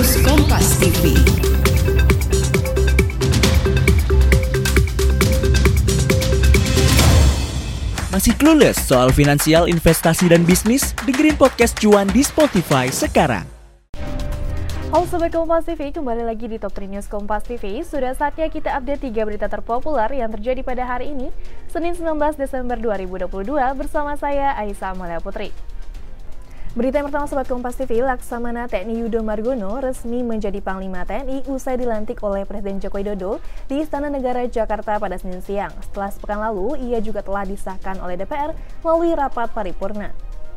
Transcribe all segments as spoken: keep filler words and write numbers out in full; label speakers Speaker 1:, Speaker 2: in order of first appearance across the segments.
Speaker 1: News Kompas T V.
Speaker 2: Masih clueless soal finansial, investasi, dan bisnis? Dengerin podcast Cuan di Spotify sekarang.
Speaker 3: Halo Sobat Kompas T V, kembali lagi di Top tiga News Kompas T V. Sudah saatnya kita update tiga berita terpopuler yang terjadi pada hari ini, Senin sembilan belas Desember dua ribu dua puluh dua, bersama saya Aisyah Amalia Putri. Berita yang pertama Sobat Kompas T V, Laksamana T N I Yudo Margono resmi menjadi Panglima T N I usai dilantik oleh Presiden Joko Widodo di Istana Negara Jakarta pada Senin siang. Setelah sepekan lalu, ia juga telah disahkan oleh D P R melalui rapat paripurna.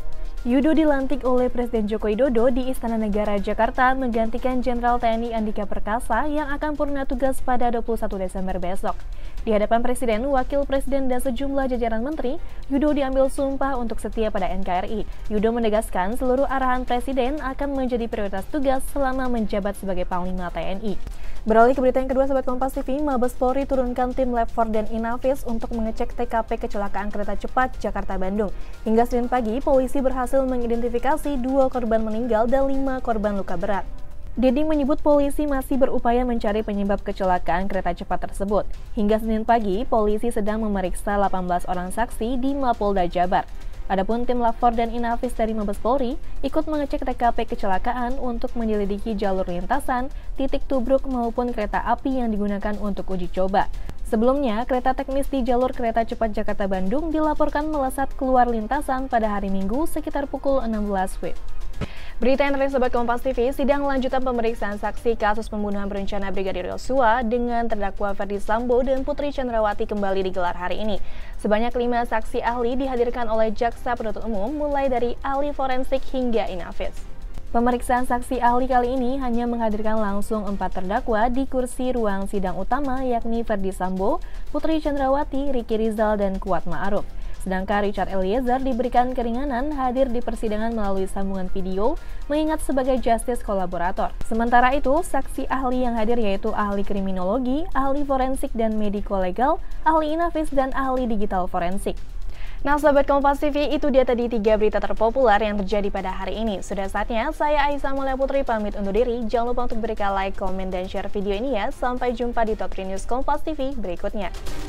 Speaker 3: Yudo dilantik oleh Presiden Joko Widodo di Istana Negara Jakarta menggantikan Jenderal T N I Andika Perkasa yang akan purna tugas pada dua puluh satu Desember besok. Di hadapan Presiden, Wakil Presiden, dan sejumlah jajaran menteri, Yudo diambil sumpah untuk setia pada N K R I. Yudo menegaskan seluruh arahan Presiden akan menjadi prioritas tugas selama menjabat sebagai Panglima T N I. Beralih ke berita yang kedua Sobat Kompas T V, Mabes Polri turunkan tim Lab empat dan Inavis untuk mengecek T K P kecelakaan kereta cepat Jakarta-Bandung. Hingga Senin pagi, polisi berhasil mengidentifikasi dua korban meninggal dan lima korban luka berat. Deding menyebut polisi masih berupaya mencari penyebab kecelakaan kereta cepat tersebut. Hingga Senin pagi, polisi sedang memeriksa delapan belas orang saksi di Mapolda Jabar. Adapun tim Lab empat dan Inavis dari Mabes Polri ikut mengecek T K P kecelakaan untuk menyelidiki jalur lintasan, titik tubruk maupun kereta api yang digunakan untuk uji coba. Sebelumnya, kereta teknis di jalur kereta cepat Jakarta-Bandung dilaporkan melesat keluar lintasan pada hari Minggu sekitar pukul enam belas W I B. Berita yang terakhir Sobat Kompas T V, sidang lanjutan pemeriksaan saksi kasus pembunuhan berencana Brigadir Yosua dengan terdakwa Ferdy Sambo dan Putri Chandrawati kembali digelar hari ini. Sebanyak lima saksi ahli dihadirkan oleh Jaksa Penuntut Umum, mulai dari ahli forensik hingga Inavis. Pemeriksaan saksi ahli kali ini hanya menghadirkan langsung empat terdakwa di kursi ruang sidang utama, yakni Ferdy Sambo, Putri Chandrawati, Ricky Rizal, dan Kuat Ma'ruf. Sedangkan Richard Eliezer diberikan keringanan hadir di persidangan melalui sambungan video, mengingat sebagai justice kolaborator. Sementara itu, saksi ahli yang hadir yaitu ahli kriminologi, ahli forensik dan mediko-legal, ahli Inavis, dan ahli digital forensik. Nah Sobat Kompas T V, itu dia tadi tiga berita terpopuler yang terjadi pada hari ini. Sudah saatnya saya Aisyah Amalia Putri pamit undur diri. Jangan lupa untuk berikan like, komen, dan share video ini ya. Sampai jumpa di Top tiga News Kompas T V berikutnya.